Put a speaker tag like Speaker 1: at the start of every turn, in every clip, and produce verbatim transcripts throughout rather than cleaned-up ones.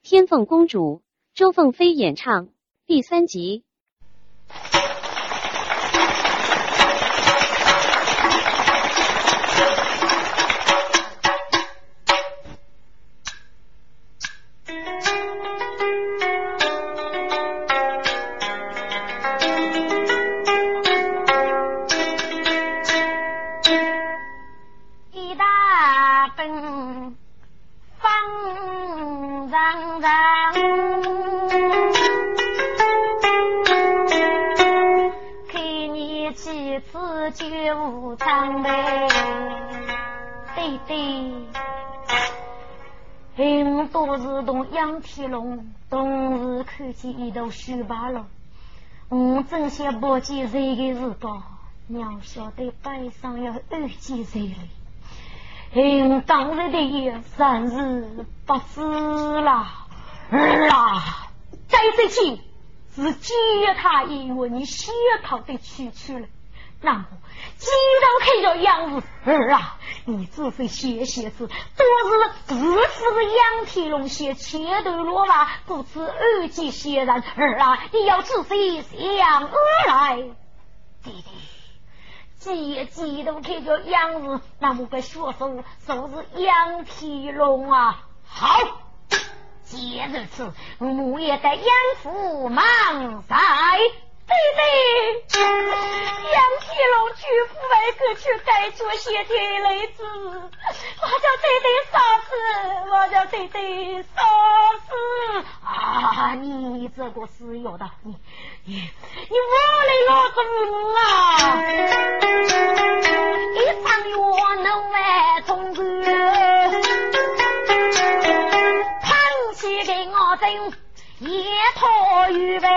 Speaker 1: 天凤公主，周凤飞演唱，第三集。
Speaker 2: 天龙冬日看见一头雪白龙，我真想不见谁的日光，鸟晓得背上要遇见谁了。嗯，当日的三日不知啦啦，在这起是接他因为你血讨的去去了。那么既然看着样子儿啊，你自非写写字，多是如此的杨天龙写切对罗马，故此二季写然儿啊，你要仔细想而来。弟弟既也激动看着样子，那么个学生手是杨天龙啊。好，既如此，我也得养父忙在。对对，杨天龙去府外各去该做些天雷子，我叫对对杀死，我叫对对杀死啊！你这个死有的，你你你我来老子啊！一场月能外同志，叹气给我真也托预备。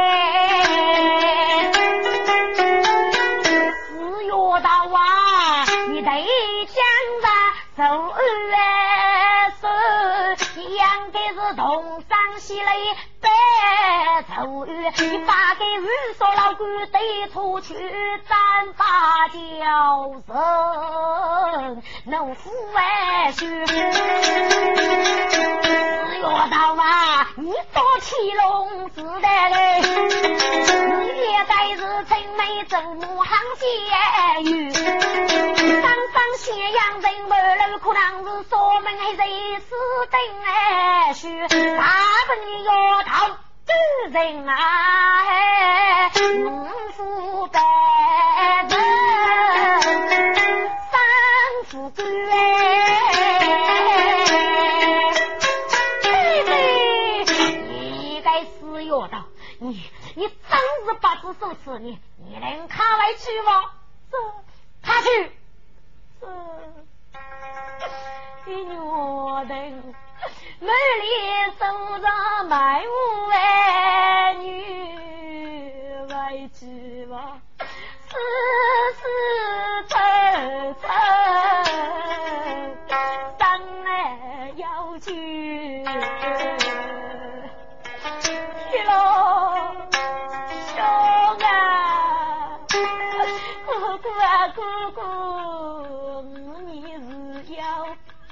Speaker 2: 手二手，养的是东山西来白手二，你把给日说老鬼对出去战把叫声，能夫外婿。只要到啊，你多起龙子的嘞，你也该是青梅正母行血雨，上上咸阳人为了可能是说明还谁死定哎许大本你要逃之人啊农夫百人三夫官你该死有道你你真是把子受死你你能看来去吗这他去这一女人美丽手上买五万女外之吧丝丝层层三来要去天龙兄啊姑姑啊姑姑你是要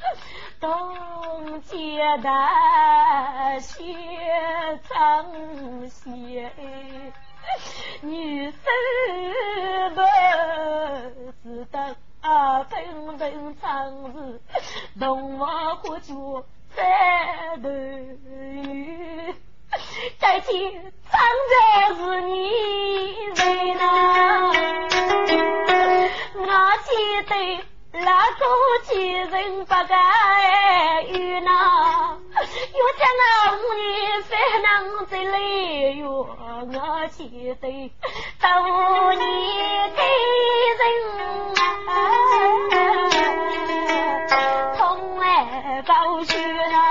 Speaker 2: 东街的雪长鞋女生不是的啊平平常日动物或就在头语再见长着是你人啊我记得那个几人不该遇呢又将那五年非能在泪哟我记得到五年给人啊痛爱高血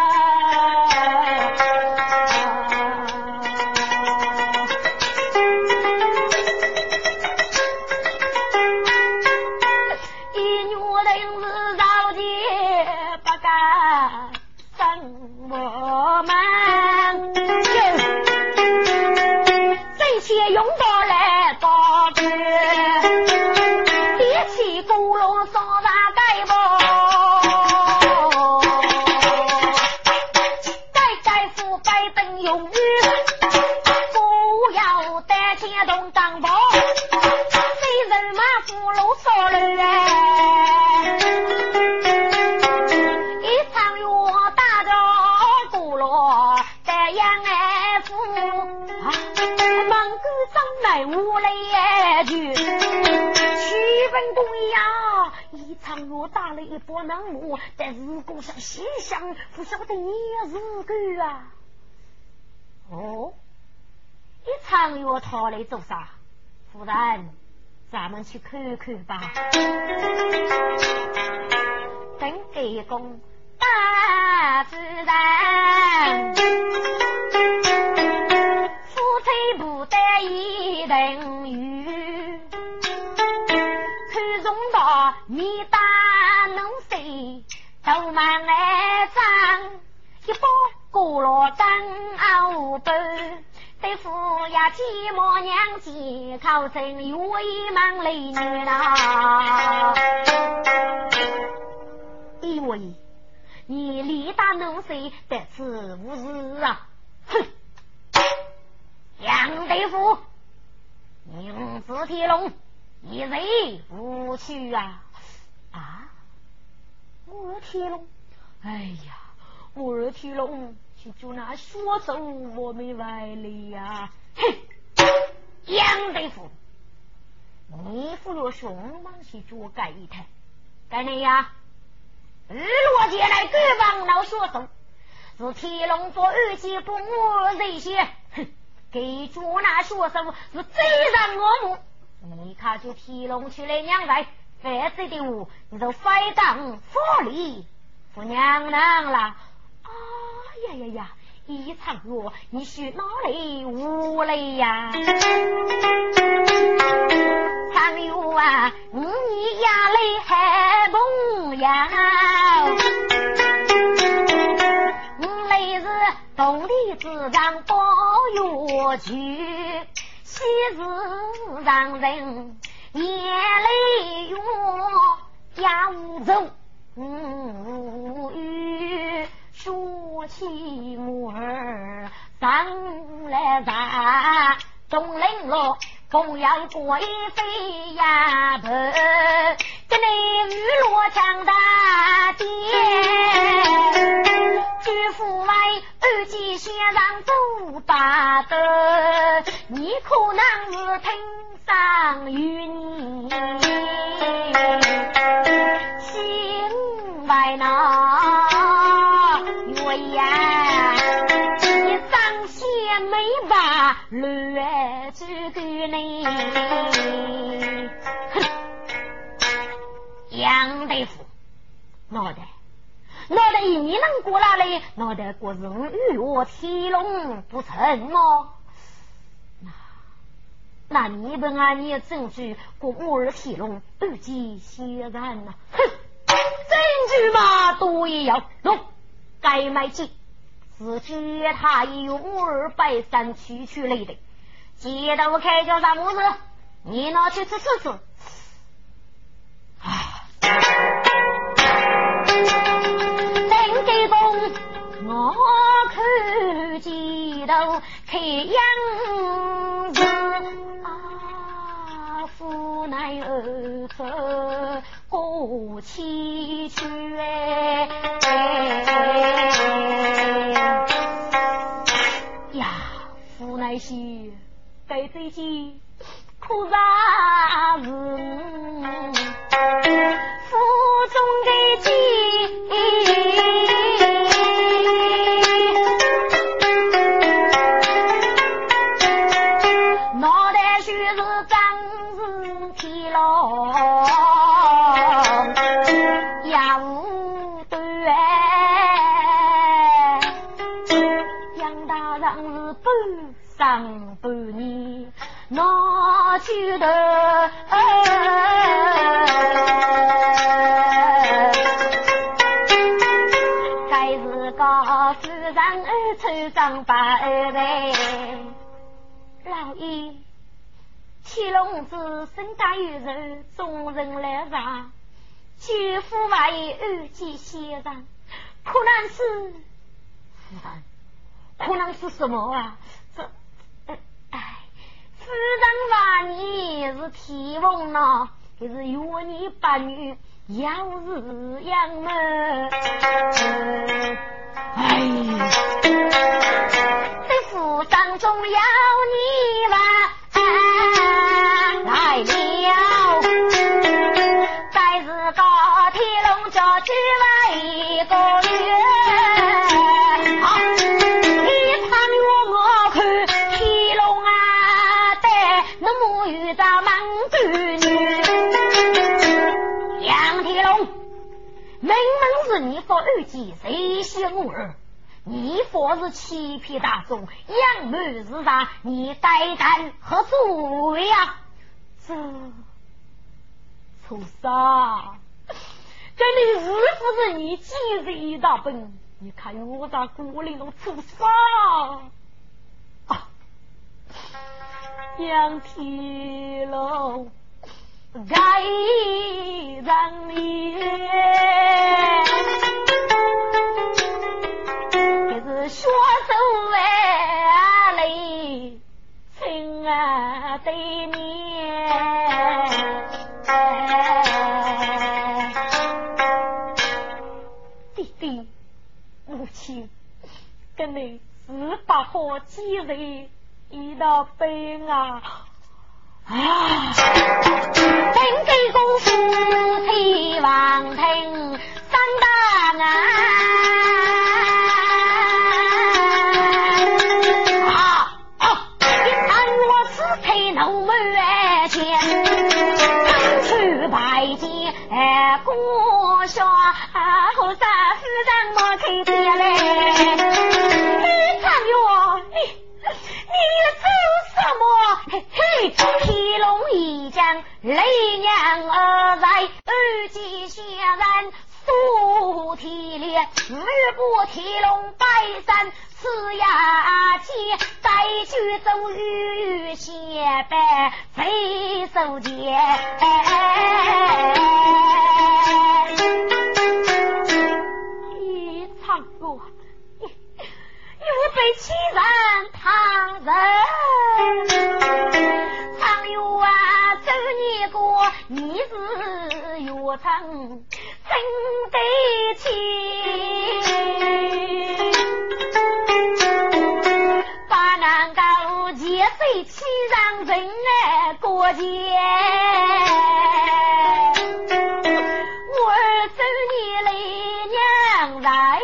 Speaker 2: 我们这些用到来报知人永语，不要担心东当包，谁人马俘虏所人一场月大着鼓锣在杨爱府啊，蒙古张来无来去七分公呀，一场月打了一波南木，但是共上西厢不晓得也是个啊。哦，一场月逃来做啥？夫人，咱们去看看吧。等给公大自然，夫妻不得一人语，看中到你大能谁都满来张，一包过了张熬本，对付呀寂寞娘子靠真有一忙雷女啦。以为你力大能谁得此无事啊？哼！杨大夫，宁子铁龙一人无趣啊！啊，我儿铁龙，哎呀，我儿铁龙去就那说走我没外力呀！哼，杨大夫，你扶着兄忙去做改一台，该你呀！日落节来各帮老说走，是铁龙做二姐不我这些，哼，给主那说手是贼人我母。你看就铁龙去来娘来，反正的我你都非当佛理不娘娘了。啊呀呀呀！一场月你是哪里无泪呀？常有啊，你压泪还梦呀，我来是动力之上包药去，昔日让人眼泪哟压无走无语，说起我儿上来啥东陵路公羊过一飞呀不跟你雨落强大爹居父外二姐先让走大的你可能是听上云心外那月呀你张先没把略之个呢杨大夫脑袋脑袋一年能过来嘞脑袋过人与我提龙不成哦那那你本啊你也证据过我儿提龙二级显然呐哼证据嘛都也要弄该买进自己他也有我儿拜山区区类的记得我开叫啥母子你拿去吃吃吃啊等给公我看记得看样子啊父乃儿子过期去呀父乃是该自己苦啥子腹中的鸡脑袋须是张子提了呀无对杨大人是不上半年拿去的该是个自然而抽上八二位老爷七龙子身家有人众人来杀去父外二级先生可能是夫人可可能是什么啊？这，哎，夫人话你是提翁呢，可是有你八女要是养么？哎，这府当中要你吧，来了，在这个天龙这去了一个月。明明是你说二姐谁嫌我儿，你说是欺骗大众，养母是啥？你该担何罪呀？这畜生，这里是不是你记着一大本？你看我在锅里头畜生啊！杨天龙该让你可是说手啊嘞亲啊对面弟弟母亲跟你十八号几日一道悲啊啊！本给公夫妻王庭三大啊！啊啊！一看我是配农门前，刚去拜见哎姑说啊，后三夫人莫开爹嘞！一看我你。你做什么？嘿嘿，天龙一将，雷娘而来，二姐显然素体烈，日不天龙拜山，此牙气，再去走雨血白，飞手节。一唱歌。又被欺人唐人，常有啊走你过，你是有成真得起，把那个劫匪欺让人来过节，我儿走你来娘来。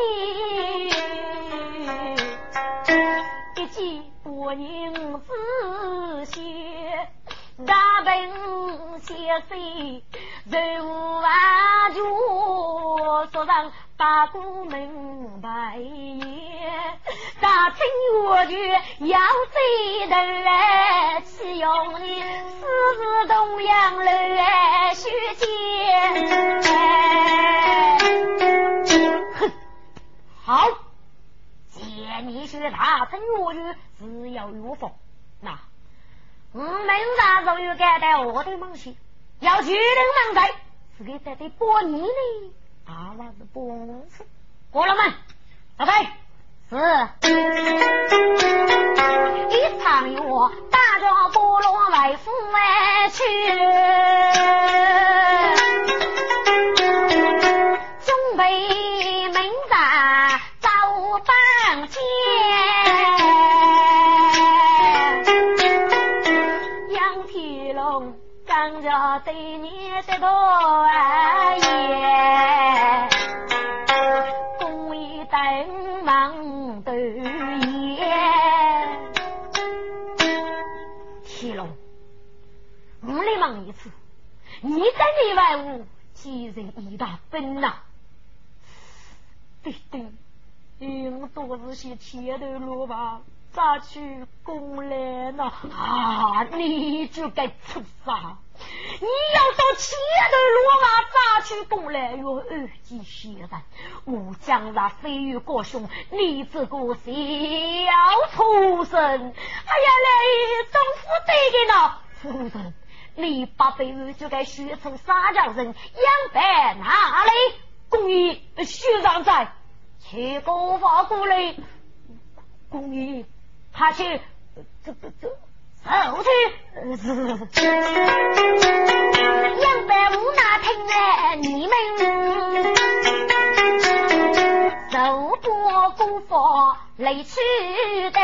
Speaker 2: 多年自写大本写谁人物啊就说让八股明白也大清我句要谁的来岂用你私自东阳来虚见哼好你是大臣我语只要有风那我们大手又该带我的梦想要去人忙在是给带的波你呢啊那是波过了吗老妹是一场有我大着波罗外父外去中北门大早半天杨铁龙刚着对你的多也公益等忙的也铁龙我来忙一次你在内外务几人一大分呐对对应多是些铁的路吧咋去攻来呢啊你就该出杀你要到铁的罗马咋去攻来有二级血战武将那飞越过胸你这个小畜生哎呀嘞政府对的呢夫人你把飞越就该学成撒娇人养白哪里公益学长在去国法过来公爷他去这这这走去杨百无那听了你们走过功夫来去的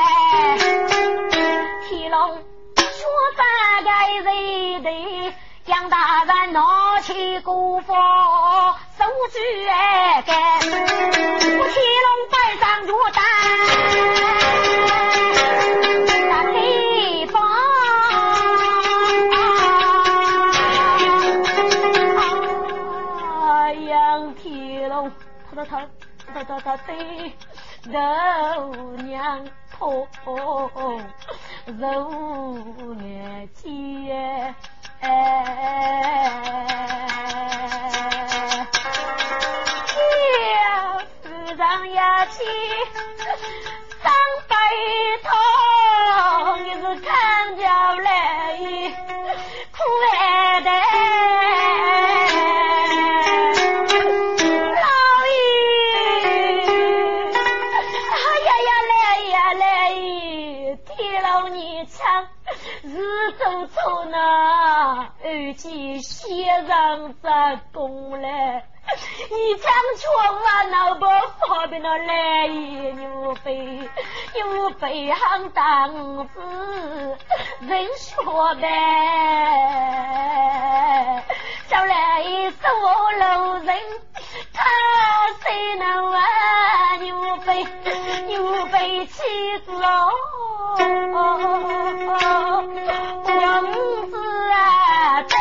Speaker 2: 天龙说三个人的杨大人拿起功夫手举个我天龙摆上着单那地方啊杨天龙他他他他他对柔娘头柔眼睛哎，要是让牙齿上白头，你是看着来苦爱的老爷，哎呀呀来呀来，天老你强。日走走呢，而且先让杂工来，一枪戳完脑包方便了来也牛背，牛背行当子人说呗，找来一手老人，他谁能玩牛背牛背妻子哦。王子啊，在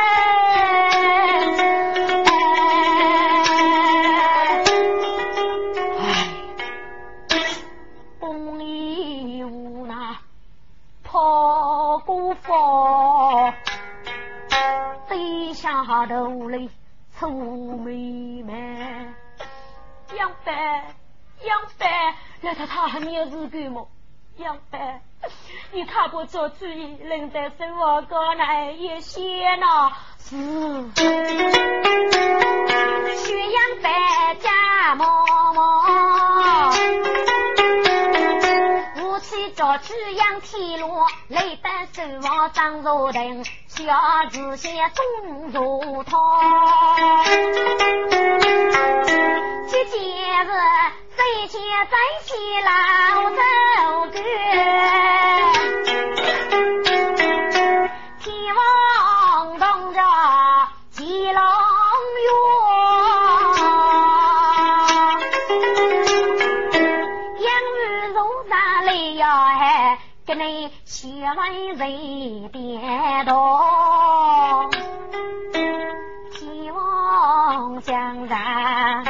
Speaker 2: 公里无那破姑佛，低下头来愁妹妹，杨白杨白，来他他还没有日干么？杨白，你看过做主意，人在生活高来也些呢是学杨白家嬷嬷，武器着去杨铁路，雷弹手往张如灯，小子些中如汤，这节日谁家在起老走个天王动着鸡龙院，杨玉如啥来呀？哎，给你写来人点动，天王江山。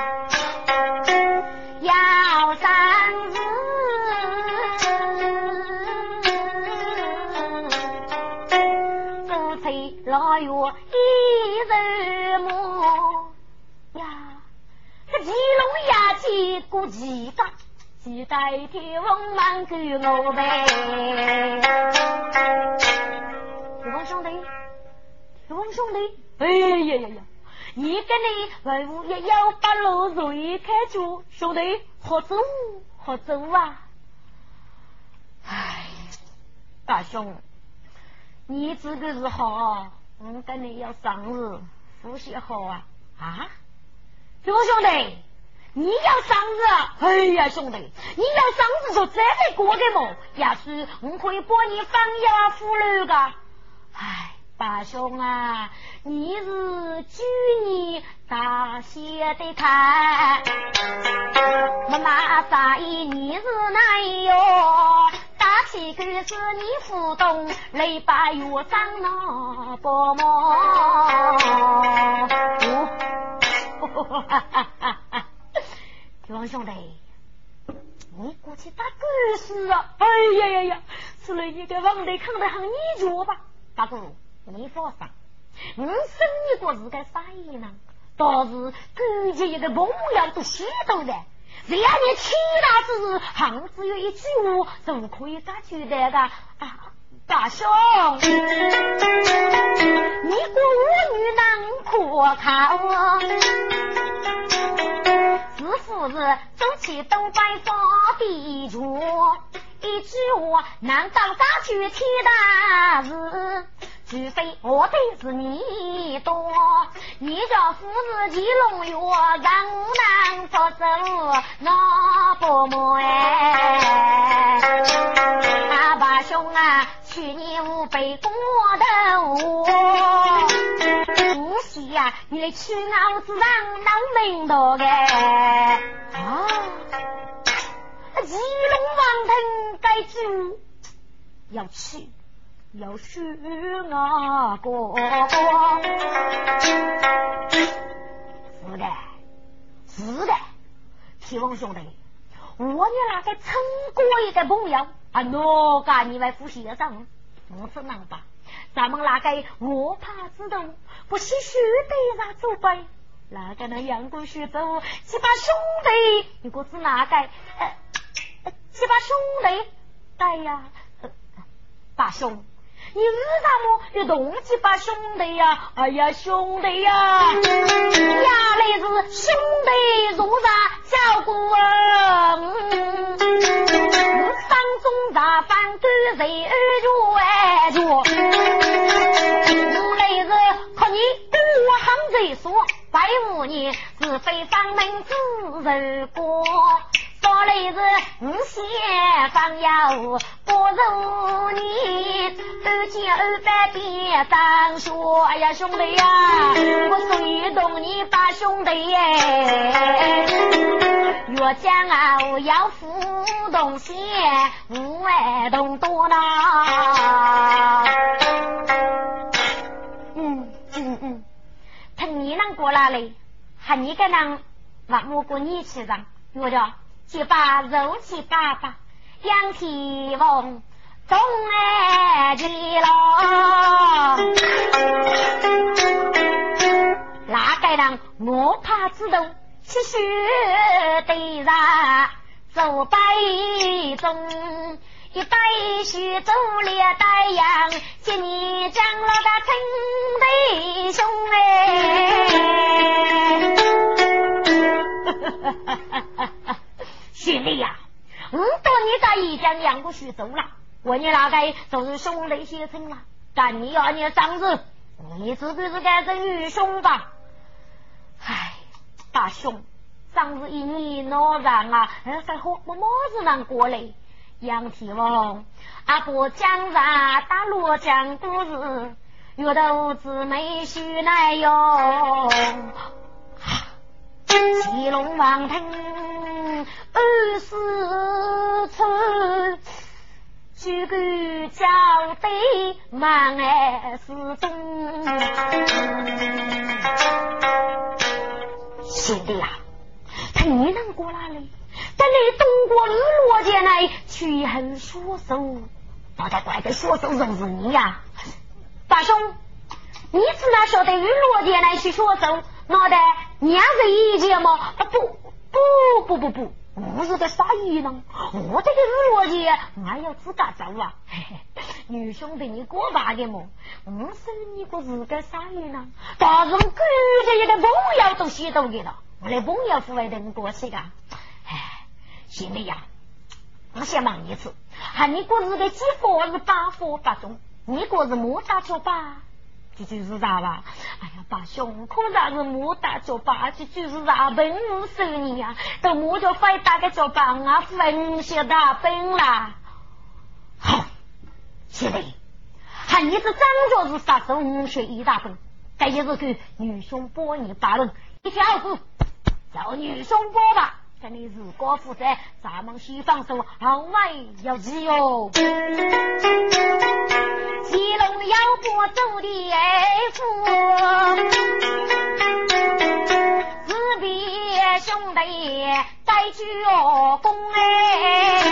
Speaker 2: 要三日夫妻老月一日暮呀，这鸡笼牙鸡过鸡个鸡带天翁满狗我呗，天翁兄弟天翁兄弟哎呀呀呀，你跟你为务也要把路如意开住，兄弟好走好走啊！唉，大兄，你这个是好，我跟你要生日，福气好啊啊！刘兄弟，你要生日？哎呀，兄弟，你要生日就再来过个嘛，也许我可以帮你放牙妇女个。唉。大兄啊，你是去年大写的看，妈妈在意你是哪有？大气个是你互动，雷把月上那波毛。王兄弟，你过去打官司啊？哎呀呀呀，此类一个王队看得很泥足吧，大哥。没法上，我生一个是个啥意呢？倒是估计一个梦要都写到的，只要你其他之事，行只有一句话，就可以解决的个啊！大兄，你过我女能可靠， 自父子走起东北方地主，一句话难道大举天大事，除非我对是你多，你叫父子几龙药，让难佛手那不么哎，阿爸兄啊，去年五百过的我，不是呀，你去脑子上能明到的啊，鸡龙王腾该住要去。要是那个是的是的提翁兄弟，我你那个成过一个朋友啊，哪个你来副先生不是能吧，咱们那个我怕自动不是须得让走呗，那个那阳光徐走七八兄弟，如果是哪个呃七八兄弟对呀、呃、八兄你为啥么你动几把兄弟呀？哎呀兄弟呀，呀来是兄弟如啥小姑啊，嗯，山中大饭对谁而住哎住，我来是可你跟我行贼说，百五年是非方门自人过。说来是五线方有不如你，二千二百遍当说，哎呀兄弟呀、啊，我随动你把兄弟耶，越讲啊要浮动些，无爱动多啦。嗯嗯嗯，听你能过来嘞，喊你个人把蘑菇你吃上，我着。去把肉去爸爸杨提翁中爱去了，那个人我怕知道去学对啦，走白中一白须走了太阳，今年长了个陈弟兄哎兄弟呀，我到你在一江两个徐走了，我你那个就是兄弟写成了，但你要你长子，你自个是该是女兄吧？唉，大兄，长子一年闹让啊，还好我么子能过来？杨提翁，阿婆讲啥大罗讲故事，有的姊妹许来哟。七龙王腾二十寸，举个交对忙哎是东。兄弟啊，他你能过来嘞？但你东过日落间来去很说手，大家怪个说手认识你呀、啊，大兄，你是哪晓得日落间来去说手？脑袋你还是意见吗？啊不不不不不，我是个啥意呢？我这个日落节俺要自个走啊！嘿嘿，女兄弟你过吧的么？我说你个是个啥意呢？大人估计一个朋友都写到给了，我来朋友抚慰等过去的。哎，兄弟呀，我先问一次，喊你过是个几佛是八佛八中，你过是莫大就八。这就是啥吧？哎呀，把胸口啥是莫大脚巴，这就是啥本事手你呀？都莫叫快打个脚巴啊，分析大本啦！好，现在喊你这张着是杀手五血一大本，该也是个女兄波你八论，一条子叫女兄波吧。跟你如果负责，咱们西方手好外要急哟。骑龙要过走的夫，自别兄弟带去哦公哎，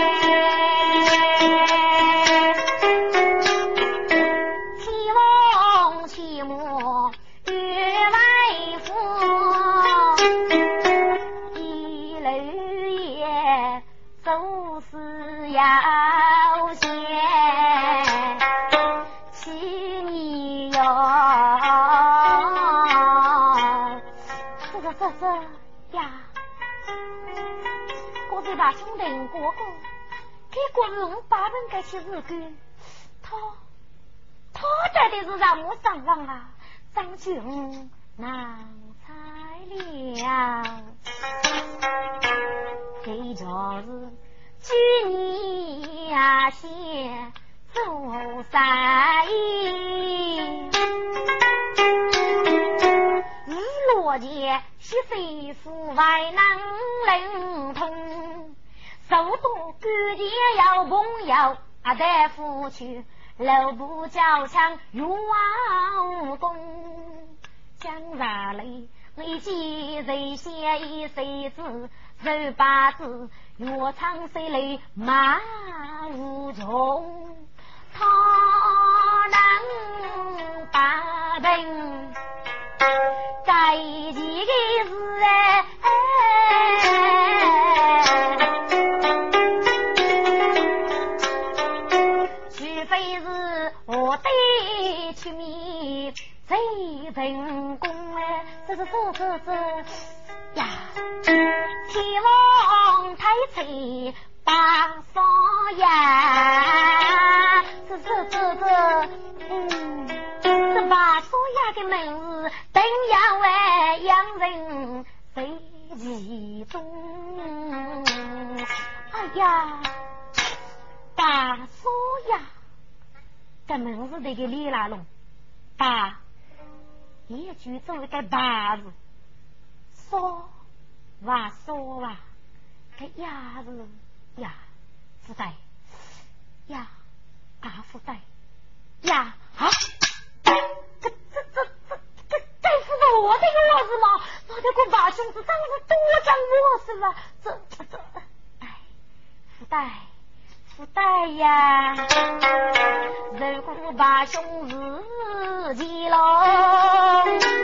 Speaker 2: 齐王齐母与外父。都是要先请你哟，这这这这呀， 林哥哥，给过五百本该去日干，他他带的是让我上网啊，张军难猜了，这就是去年啊先做三意，日落节是非富外能灵通，首都各地要朋友啊得夫去，楼不交枪如王公，将哪里你记谁写一谁字手八字越唱谁来马无穷，他能把本该几个字除非是我得去觅贼成功哎，这是这这这呀，希望太岁把双呀，这这这这嗯，这把双呀的名字等要为洋人谁其中，哎呀，把双呀这名字这个李拉龙把一句做一个把字，说哇说哇，个呀字呀，福袋呀，啊福袋呀啊，这这这这这这是我这个窝子吗？我的个把兄子，真是多张窝子了，这这这，哎，福袋。福袋呀，如果把兄自己喽，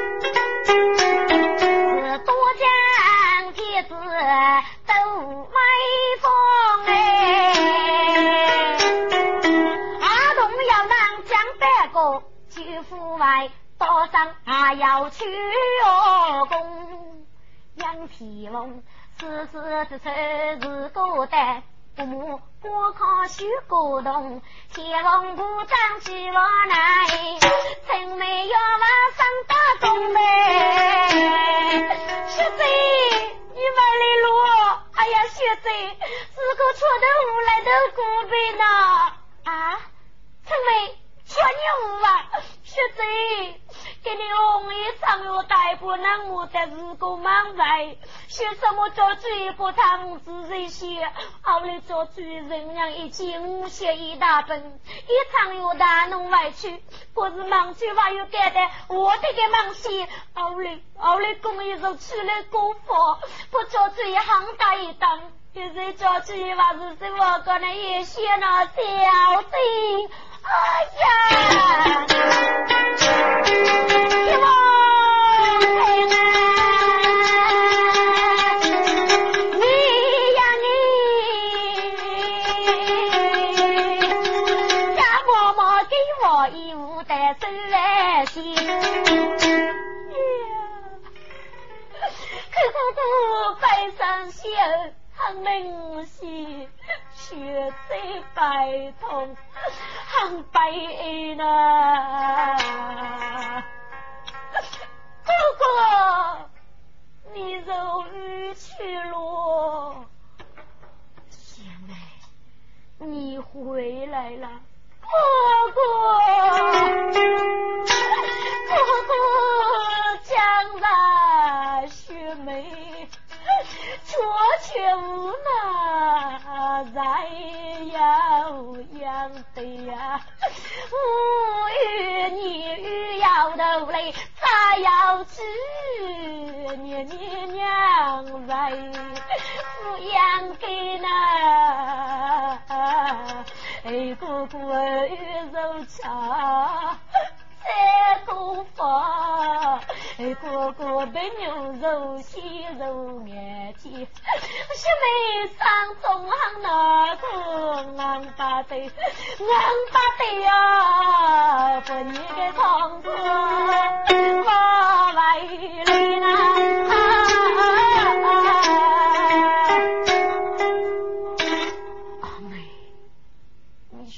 Speaker 2: 是多将帖子都威风哎，阿东要能将别个去府外，多上还要去哦公，杨皮龙时时之时是个的。父母我靠许古董，铁龙鼓掌起我来，真没有往上打工嘞。学贼，你们的路，哎呀，学贼，是个错的无来的古兵呢。啊，陈梅，说你无啊，学贼。给你红衣长有带不能我的日狗忙在学什么做嘴不堂子这些好里做嘴人样一起五学一大本一场有大弄外去不是忙去话又给的我这个忙些好里好里公益就去了功夫不做嘴行大一档就是做嘴话是什么可能也学了小嘴哎呀希望平安你呀你家嬷嬷给我一屋的生来心可可可白上血很明显血水白痛很白呢哥哥你肉欲去了姐妹你回来了哥哥哥哥将来学妹错却无奈在要养的呀无语你欲要的泪他要吃你你娘在抚养给那哎哥哥玉肉茶在功房哎哥哥被牛肉西肉眼睛是没上中行那个硬巴的硬巴的呀不你的堂哥我来来啦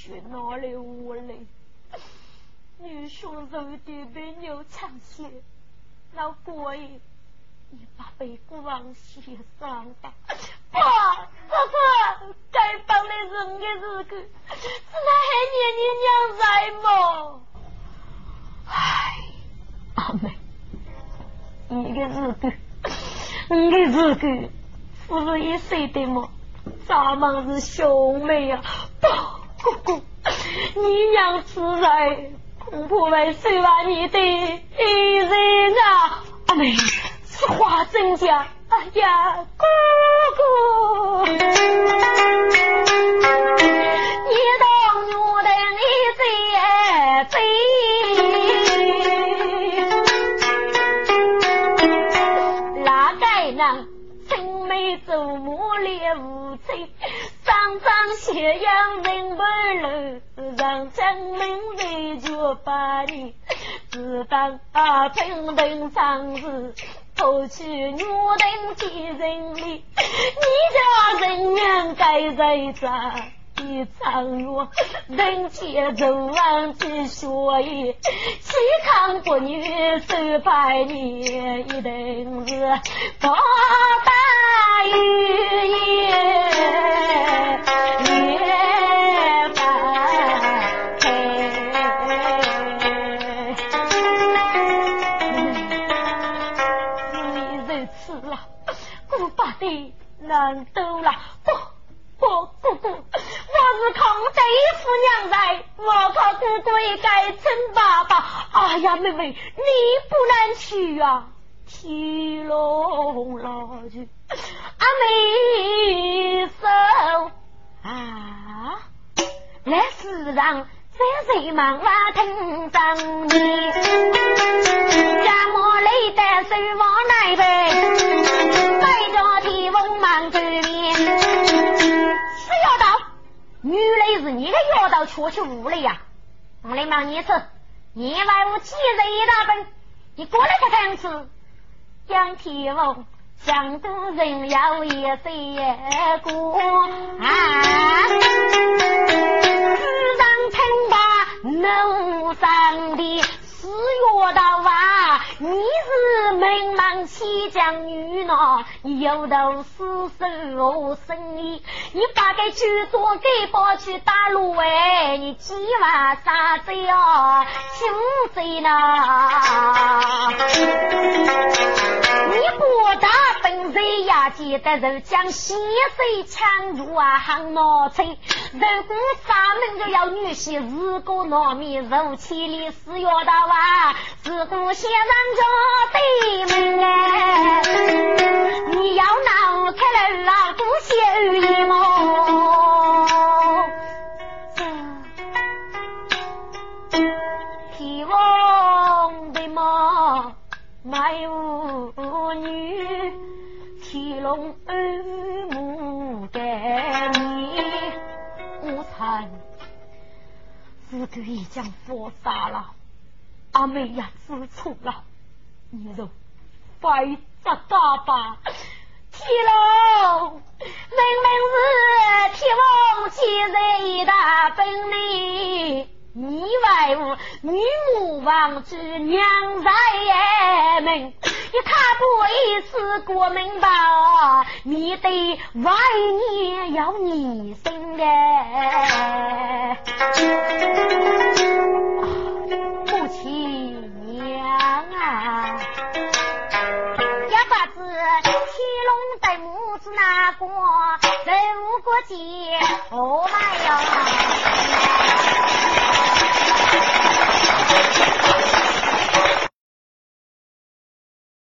Speaker 2: 去哪里我嘞？女兄手的被牛抢血，老过爷，你把背骨往血上打。爸，哥哥，该帮的人的日子，是那还年你娘在么？唉，阿妹，你的日子，你的日子，不是一岁的么？咱们是兄妹呀、啊！爸，哥哥，你娘此在，恐怕会受完你的一人啊！阿妹，此话真假？哎呀，哥哥，你当我的你最最，哪该能青梅竹马烈无情，上张斜阳人不楼，上江门为绝把你，只当啊平等长日。偷去女人几人里，你家人命该在这一场月，人前走完几学艺，岂看不女手拍你，一定是不大于也也白不把的难斗了，不不不不，我是抗贼夫娘在，我靠姑姑也该称爸爸。哎呀，妹妹，你不能去啊！提笼老去，阿妹手啊，来世上在谁忙啊听上你，家莫累的手往哪边？是要到女雷是你的要到出去屋里呀！我来忙你吃，你外屋七十一大本，你过来看看吃。杨天翁想古人要也谁过啊？自上称霸能上的是要到啊！你是名门七将女呢，你有头四手生意，你把该去做给包去大陆哎，你几万啥子呀？亲谁呢？你不打本谁呀？记得人将血水抢入啊行脑村，如果咱们就要女婿，如果糯米肉气里是要到啊，如果先生就对门哎，你要闹开了老不写一毛，提翁的毛卖无女，提笼二母给你无惨，这个已将佛杀了，阿妹呀知错了，你就白着大吧。提笼明明是提翁七十一大本领，你外屋女母王之娘在门，你看不一次过明白，你得外年要你生的父亲娘啊，也把子提笼带母子拿过人无国界，哦妈呀！